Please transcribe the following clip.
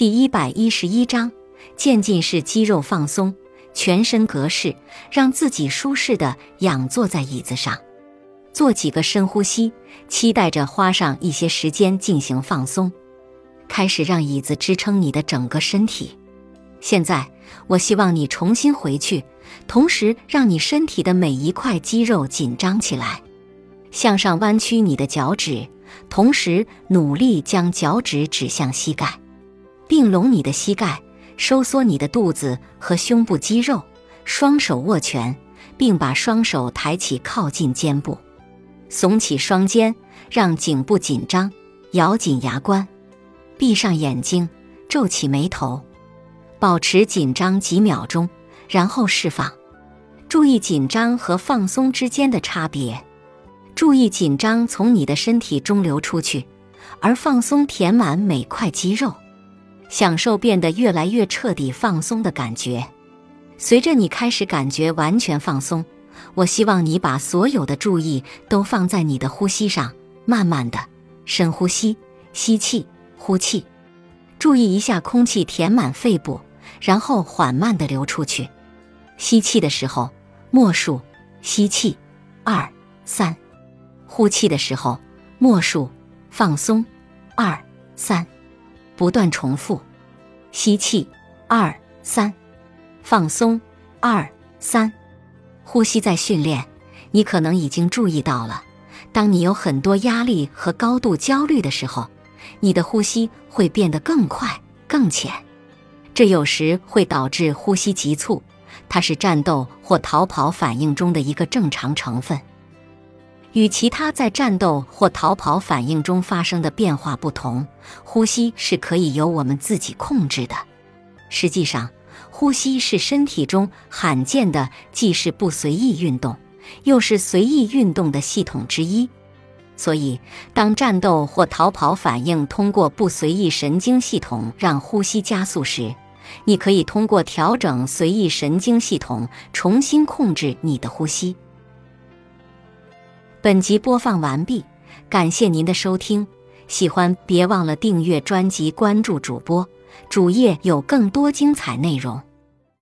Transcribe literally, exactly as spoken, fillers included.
第一百一十一章，渐进式肌肉放松，全身隔式，让自己舒适地仰坐在椅子上，做几个深呼吸，期待着花上一些时间进行放松。开始让椅子支撑你的整个身体。现在，我希望你重新回去，同时让你身体的每一块肌肉紧张起来。向上弯曲你的脚趾，同时努力将脚趾指向膝盖，并拢你的膝盖，收缩你的肚子和胸部肌肉，双手握拳，并把双手抬起靠近肩部，耸起双肩，让颈部紧张，咬紧牙关，闭上眼睛，皱起眉头，保持紧张几秒钟，然后释放。注意紧张和放松之间的差别。注意紧张从你的身体中流出去，而放松填满每块肌肉，享受变得越来越彻底放松的感觉。随着你开始感觉完全放松，我希望你把所有的注意都放在你的呼吸上，慢慢的深呼吸，吸气，呼气。注意一下空气填满肺部，然后缓慢地流出去。吸气的时候，默数，吸气，二、三。呼气的时候，默数，放松，二、三。不断重复。吸气，二、三。放松，二、三。呼吸在训练，你可能已经注意到了，当你有很多压力和高度焦虑的时候，你的呼吸会变得更快、更浅。这有时会导致呼吸急促，它是战斗或逃跑反应中的一个正常成分。与其他在战斗或逃跑反应中发生的变化不同，呼吸是可以由我们自己控制的。实际上，呼吸是身体中罕见的既是不随意运动，又是随意运动的系统之一。所以，当战斗或逃跑反应通过不随意神经系统让呼吸加速时，你可以通过调整随意神经系统重新控制你的呼吸。本集播放完毕，感谢您的收听，喜欢别忘了订阅专辑，关注主播，主页有更多精彩内容。